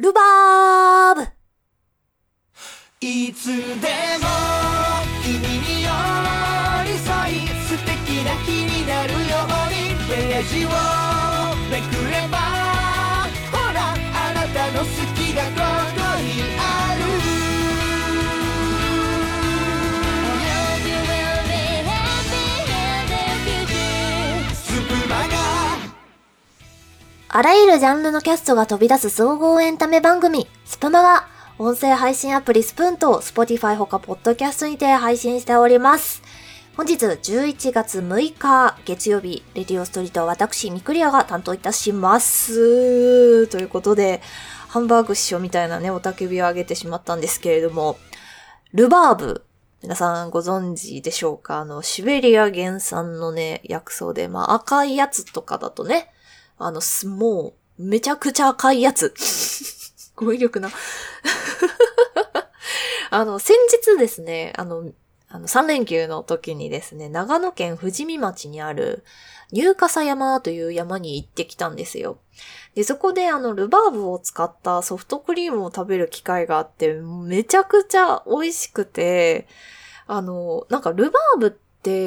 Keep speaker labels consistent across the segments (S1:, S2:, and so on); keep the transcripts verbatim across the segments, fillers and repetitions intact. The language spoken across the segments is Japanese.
S1: ルバーブ。
S2: いつでも君に寄り添い素敵な日になるようにページをめくればほらあなたの好きがここにある。スプマガ
S1: あらゆるジャンルのキャストが飛び出す総合エンタメ番組スプマガ。音声配信アプリスプーンと Spotify ほかポッドキャストにて配信しております。本日じゅういちがつむいか月曜日、レディオストリートは私ミクリアが担当いたします。ということで、ハンバーグ師匠みたいなね、おたけびを上げてしまったんですけれども、ルバーブ、皆さんご存知でしょうか？あの、シベリア原産のね、薬草で、まあ赤いやつとかだとね、あの、もう、めちゃくちゃ赤いやつ。語彙力な。あの、先日ですね、あの、あの、さん連休の時にですね、長野県富士見町にある、入笠山という山に行ってきたんですよ。で、そこであの、ルバーブを使ったソフトクリームを食べる機会があって、めちゃくちゃ美味しくて、あの、なんかルバーブって、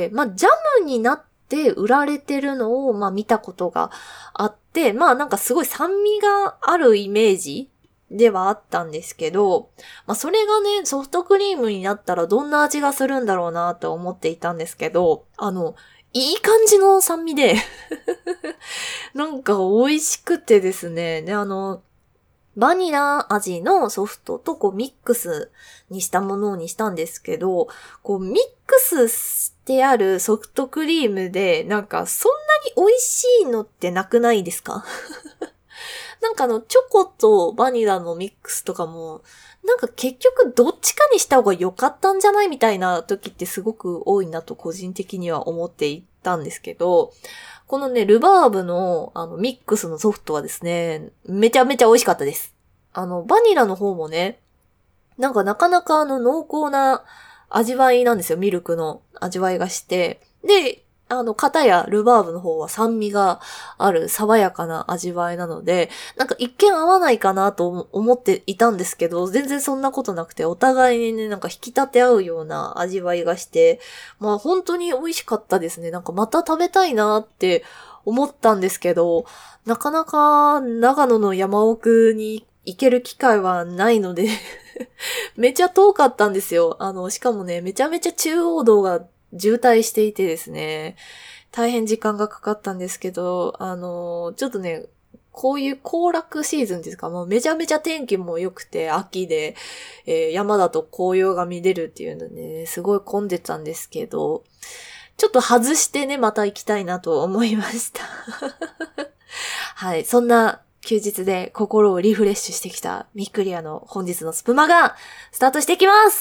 S1: まあ、ジャムになって売られてるのを、まあ、見たことがあって、まあ、なんかすごい酸味があるイメージではあったんですけど、まあそれがね、ソフトクリームになったらどんな味がするんだろうなと思っていたんですけど、あの、いい感じの酸味で、なんか美味しくてですね、で、あの、バニラ味のソフトとこうミックスにしたものにしたんですけど、こうミックスしてあるソフトクリームで、なんかそんなに美味しいのってなくないですか？なんかあの、チョコとバニラのミックスとかも、なんか結局どっちかにした方が良かったんじゃないみたいな時ってすごく多いなと個人的には思っていたんですけど、このね、ルバーブのあのミックスのソフトはですね、めちゃめちゃ美味しかったです。あの、バニラの方もね、なんかなかなかあの濃厚な味わいなんですよ、ミルクの味わいがして。で、あの、片やルバーブの方は酸味がある爽やかな味わいなので、なんか一見合わないかなと思っていたんですけど、全然そんなことなくて、お互いにね、なんか引き立て合うような味わいがして、まあ本当に美味しかったですね。なんかまた食べたいなって思ったんですけど、なかなか長野の山奥に行ける機会はないので、めちゃ遠かったんですよ。あの、しかもね、めちゃめちゃ中央道が渋滞していてですね、大変時間がかかったんですけど、あの、ちょっとね、こういう行楽シーズンですか、もうめちゃめちゃ天気も良くて、秋で、えー、山だと紅葉が見れるっていうのでね、すごい混んでたんですけど、ちょっと外してね、また行きたいなと思いました。はい、そんな休日で心をリフレッシュしてきたミクリアの本日のスプマがスタートしていきます。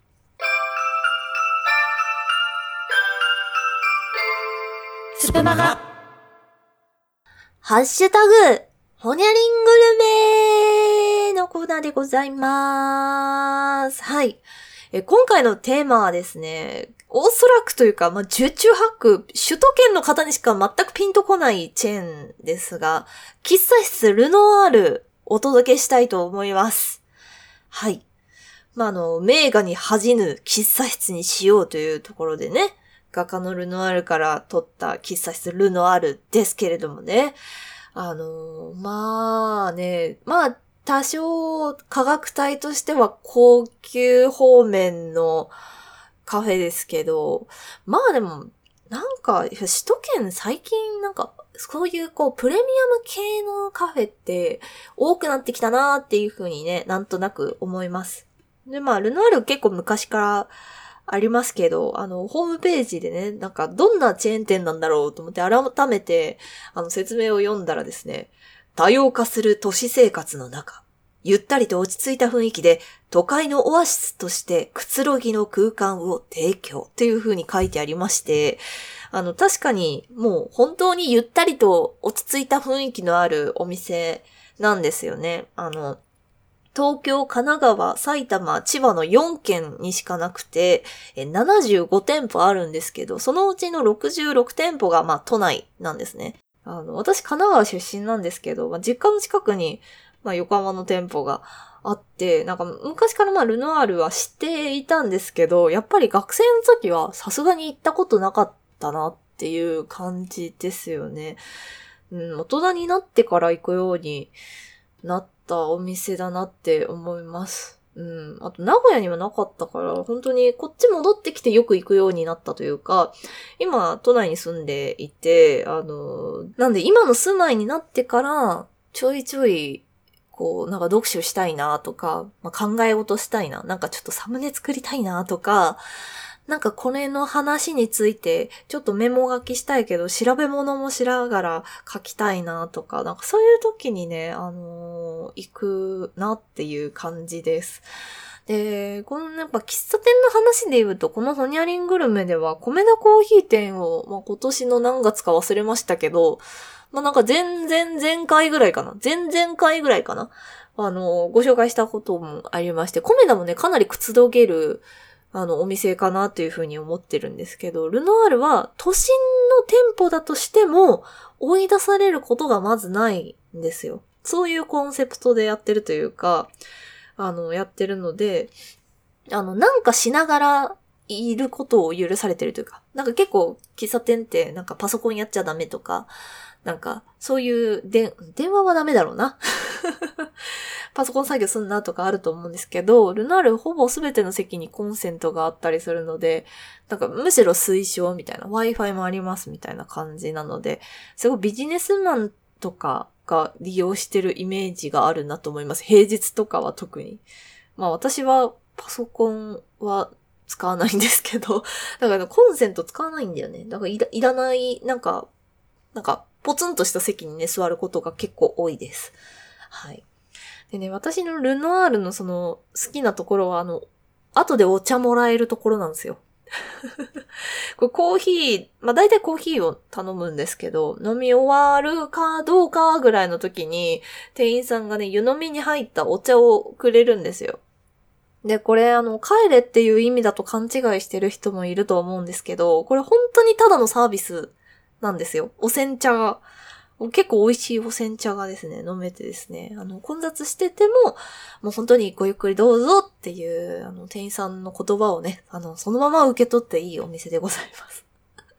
S1: スプマガハッシュタグほにゃりんグルメのコーナーでございます。はい。え今回のテーマはですね、おそらくというか、まあ、十中八九、首都圏の方にしか全くピンとこないチェーンですが、喫茶室ルノワールお届けしたいと思います。はい。まあ、あの、名画に恥じぬ喫茶室にしようというところでね、画家のルノワールから撮った喫茶室ルノワールですけれどもね。あのー、まあね、まあ多少価格帯としては高級方面のカフェですけど、まあでも、なんか首都圏最近なんかそういうこうプレミアム系のカフェって多くなってきたなーっていう風にね、なんとなく思います。で、まあルノワール結構昔からありますけど、あの、ホームページでね、なんかどんなチェーン店なんだろうと思って改めて、あの、説明を読んだらですね、多様化する都市生活の中、ゆったりと落ち着いた雰囲気で、都会のオアシスとしてくつろぎの空間を提供っていう風に書いてありまして、あの、確かにもう本当にゆったりと落ち着いた雰囲気のあるお店なんですよね。あの、東京、神奈川、埼玉、千葉のよんけんにしかなくて、ななじゅうごてんぽあるんですけど、そのうちのろくじゅうろくてんぽが、まあ、都内なんですね。あの、私、神奈川出身なんですけど、まあ、実家の近くに、 まあ横浜の店舗があって、なんか昔からまあルノアールは知っていたんですけど、やっぱり学生の時はさすがに行ったことなかったなっていう感じですよね。うん、大人になってから行くようになったお店だなって思います。うん。あと、名古屋にもなかったから、本当にこっち戻ってきてよく行くようになったというか、今、都内に住んでいて、あの、なんで今の住まいになってから、ちょいちょい、こう、なんか読書したいなとか、まあ、考え事したいな、なんかちょっとサムネ作りたいなとか、なんかこれの話についてちょっとメモ書きしたいけど調べ物もしながら書きたいなとか、なんかそういう時にね、あのー、行くなっていう感じです。で、このやっぱ喫茶店の話で言うと、このホニャリングルメでは米田コーヒー店を、まあ、今年の何月か忘れましたけど、まあ、なんか前々前回ぐらいかな前々回ぐらいかなあのー、ご紹介したこともありまして、米田もね、かなりくつろげるあの、お店かなというふうに思ってるんですけど、ルノアールは都心の店舗だとしても追い出されることがまずないんですよ。そういうコンセプトでやってるというか、あの、やってるので、あの、なんかしながらいることを許されてるというか、なんか結構喫茶店ってなんかパソコンやっちゃダメとか、なんかそういうで電話はダメだろうな。パソコン作業すんなとかあると思うんですけど、ルナールほぼすべての席にコンセントがあったりするので、なんかむしろ推奨みたいな、Wi-Fi もありますみたいな感じなので、すごいビジネスマンとかが利用してるイメージがあるなと思います。平日とかは特に。まあ私はパソコンは使わないんですけど、だからコンセント使わないんだよね。だからいら、いらない、なんか、なんかポツンとした席にね、座ることが結構多いです。はい。でね、私のルノアールのその好きなところはあの、後でお茶もらえるところなんですよ。これコーヒー、まあ大体コーヒーを頼むんですけど、飲み終わるかどうかぐらいの時に、店員さんがね、湯飲みに入ったお茶をくれるんですよ。で、これあの、帰れっていう意味だと勘違いしてる人もいると思うんですけど、これ本当にただのサービスなんですよ。お煎茶が。結構美味しいお煎茶がですね、飲めてですね、あの、混雑してても、もう本当にごゆっくりどうぞっていう、あの、店員さんの言葉をね、あの、そのまま受け取っていいお店でございます。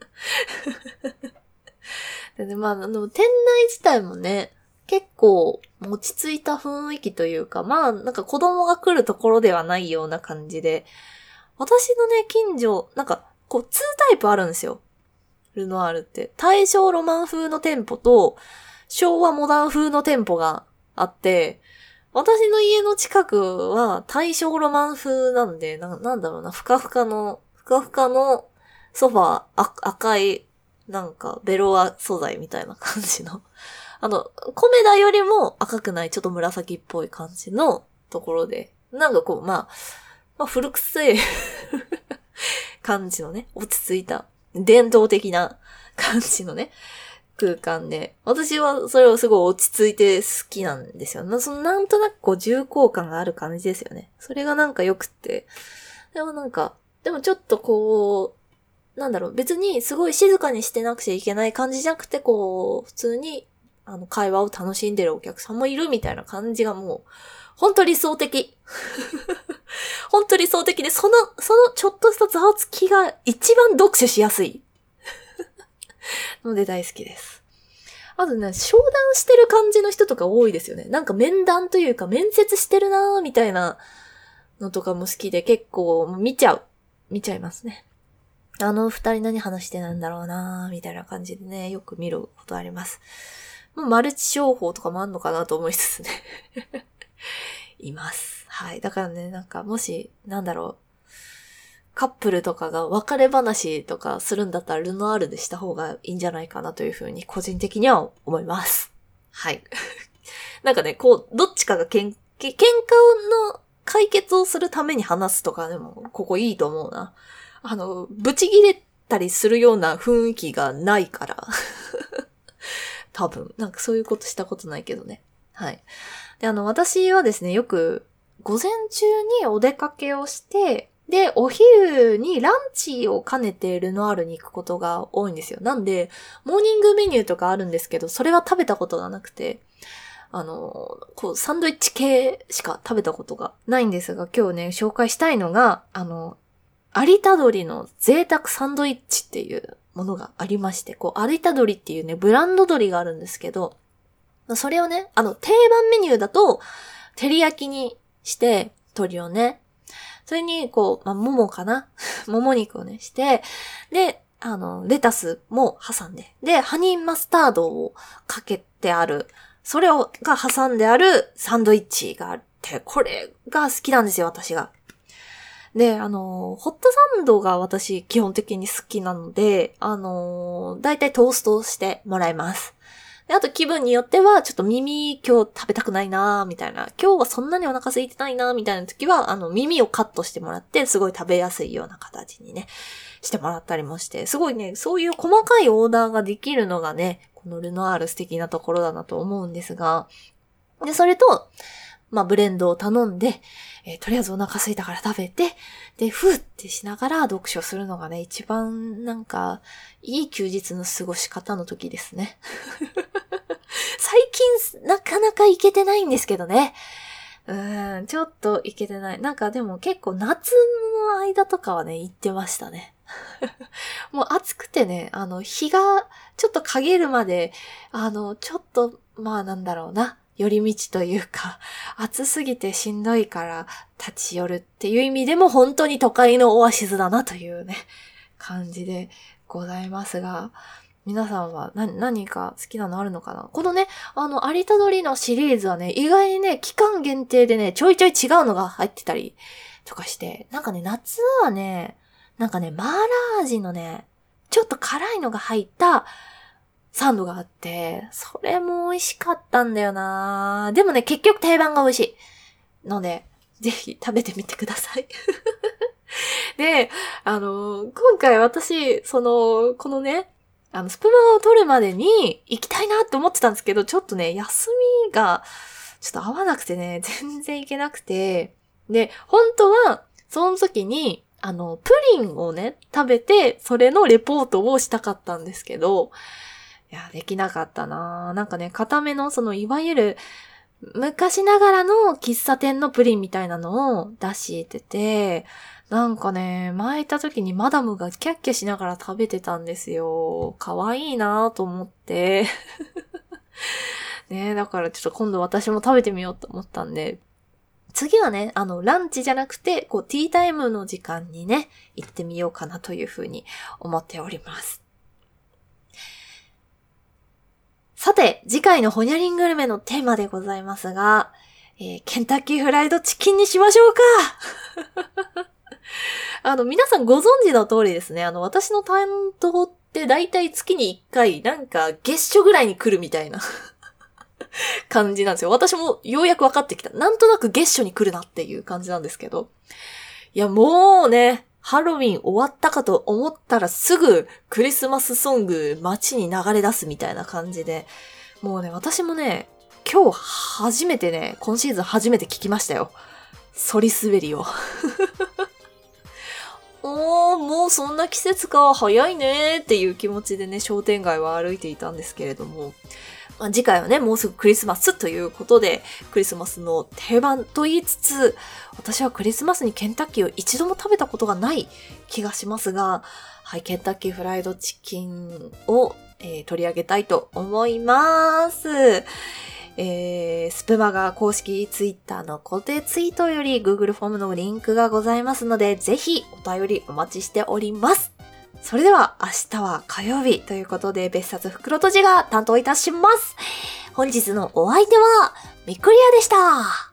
S1: でね、まあ、あの、店内自体もね、結構落ち着いた雰囲気というか、まあ、なんか子供が来るところではないような感じで、私のね、近所、なんか、こう、ツータイプあるんですよ。ルノアールって。大正ロマン風の店舗と、昭和モダン風の店舗があって、私の家の近くは大正ロマン風なんで、な、なんだろうな、ふかふかの、ふかふかのソファー、あ赤い、なんか、ベロア素材みたいな感じの。あの、コメダよりも赤くない、ちょっと紫っぽい感じのところで、なんかこう、まあ、まあ、古くせえ感じのね、落ち着いた、伝統的な感じのね、空間で、私はそれをすごい落ち着いて好きなんですよ。な、そのなんとなくこう重厚感がある感じですよね。それがなんか良くって。でもなんか、でもちょっとこう、なんだろう、別にすごい静かにしてなくちゃいけない感じじゃなくて、こう、普通に、あの、会話を楽しんでるお客さんもいるみたいな感じがもう、ほんと理想的。ほんと理想的で、その、そのちょっとしたざわつきが一番読書しやすい。ので大好きです。あとね、商談してる感じの人とか多いですよね。なんか面談というか面接してるなーみたいなのとかも好きで結構見ちゃう。見ちゃいますね。あの二人何話してなんだろうなーみたいな感じでね、よく見ることあります。もうマルチ商法とかもあんのかなと思いつつね。います。はい。だからね、なんかもし、なんだろう。カップルとかが別れ話とかするんだったらルノアールでした方がいいんじゃないかなというふうに個人的には思います。はい。なんかね、こう、どっちかがけん、け、喧嘩の解決をするために話すとかでも、ここいいと思うな。あの、ブチ切れたりするような雰囲気がないから。多分。なんかそういうことしたことないけどね。はい。で、あの、私はですね、よく午前中にお出かけをして、で、お昼にランチを兼ねてルノアールに行くことが多いんですよ。なんで、モーニングメニューとかあるんですけど、それは食べたことがなくて、 あの、こう、サンドイッチ系しか食べたことがないんですが、今日ね、紹介したいのが、あの、有田鶏の贅沢サンドイッチっていうものがありまして、こう、有田鶏っていうね、ブランド鶏があるんですけど、それをね、あの、定番メニューだと、照り焼きにして、鶏をね、それに、こう、まあ、ももかなもも肉をね、して、で、あの、レタスも挟んで、で、ハニーマスタードをかけてある、それを、が挟んであるサンドイッチがあって、これが好きなんですよ、私が。で、あの、ホットサンドが私基本的に好きなので、あの、だいたいトーストをしてもらいます。で、あと気分によっては、ちょっと耳今日食べたくないなーみたいな、今日はそんなにお腹空いてないなーみたいな時は、あの、耳をカットしてもらって、すごい食べやすいような形にね、してもらったりもして、すごいね、そういう細かいオーダーができるのがね、このルノアール素敵なところだなと思うんですが、で、それと、まあ、ブレンドを頼んで、えー、とりあえずお腹空いたから食べて、で、ふーってしながら読書するのがね、一番なんか、いい休日の過ごし方の時ですね。最近、なかなか行けてないんですけどね。うーん、ちょっと行けてない。なんかでも結構夏の間とかはね、行ってましたね。もう暑くてね、あの、日がちょっと陰るまで、あの、ちょっと、まあなんだろうな。寄り道というか、暑すぎてしんどいから立ち寄るっていう意味でも本当に都会のオアシスだなというね、感じでございますが、皆さんは何、何か好きなのあるのかな？このね、あの、有田鶏のシリーズはね、意外にね、期間限定でね、ちょいちょい違うのが入ってたりとかして、なんかね、夏はね、なんかね、マーラー味のね、ちょっと辛いのが入ったサンドがあって、それも美味しかったんだよな。でもね、結局定番が美味しい。ので、ぜひ食べてみてください。で、あの、今回私、その、このね、あの、スプマガを取るまでに行きたいなって思ってたんですけど、ちょっとね、休みがちょっと合わなくてね、全然行けなくて。で、本当は、その時に、あの、プリンをね、食べて、それのレポートをしたかったんですけど、いや、できなかったなぁ。なんかね、固めの、その、いわゆる、昔ながらの喫茶店のプリンみたいなのを出してて、なんかね、前行った時にマダムがキャッキャしながら食べてたんですよ。かわいいなぁと思って。ね、だからちょっと今度私も食べてみようと思ったんで、次はね、あの、ランチじゃなくて、こう、ティータイムの時間にね、行ってみようかなというふうに思っております。さて、次回のホニャリングルメのテーマでございますが、えー、ケンタッキーフライドチキンにしましょうかあの、皆さんご存知の通りですね、あの、私の担当ってだいたい月にいっかい、なんか月初ぐらいに来るみたいな感じなんですよ。私もようやく分かってきた。なんとなく月初に来るなっていう感じなんですけど。いや、もうね、ハロウィン終わったかと思ったらすぐクリスマスソング街に流れ出すみたいな感じで、もうね、私もね、今日初めてね、今シーズン初めて聞きましたよ。ソリ滑りを。おー、もうそんな季節か、早いねーっていう気持ちでね、商店街は歩いていたんですけれども、まあ、次回はね、もうすぐクリスマスということで、クリスマスの定番と言いつつ、私はクリスマスにケンタッキーを一度も食べたことがない気がしますが、はい、ケンタッキーフライドチキンを、えー、取り上げたいと思います。えー、スプマガ公式ツイッターの固定ツイートより Google フォームのリンクがございますので、ぜひお便りお待ちしております。それでは明日は火曜日ということで別冊袋とじが担当いたします。本日のお相手はミクリアでした。